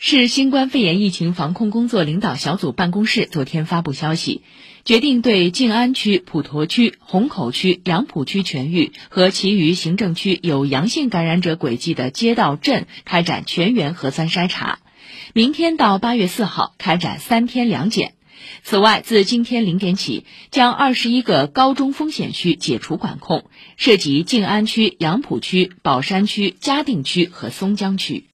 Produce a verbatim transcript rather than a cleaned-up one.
市新冠肺炎疫情防控工作领导小组办公室昨天发布消息，决定对静安区、普陀区、虹口区、杨浦区全域和其余行政区有阳性感染者轨迹的街道镇开展全员核酸筛查，明天到八月四号开展三天两检。此外，自今天零点起，将二十一个高中风险区解除管控，涉及静安区、杨浦区、宝山区、嘉定区和松江区。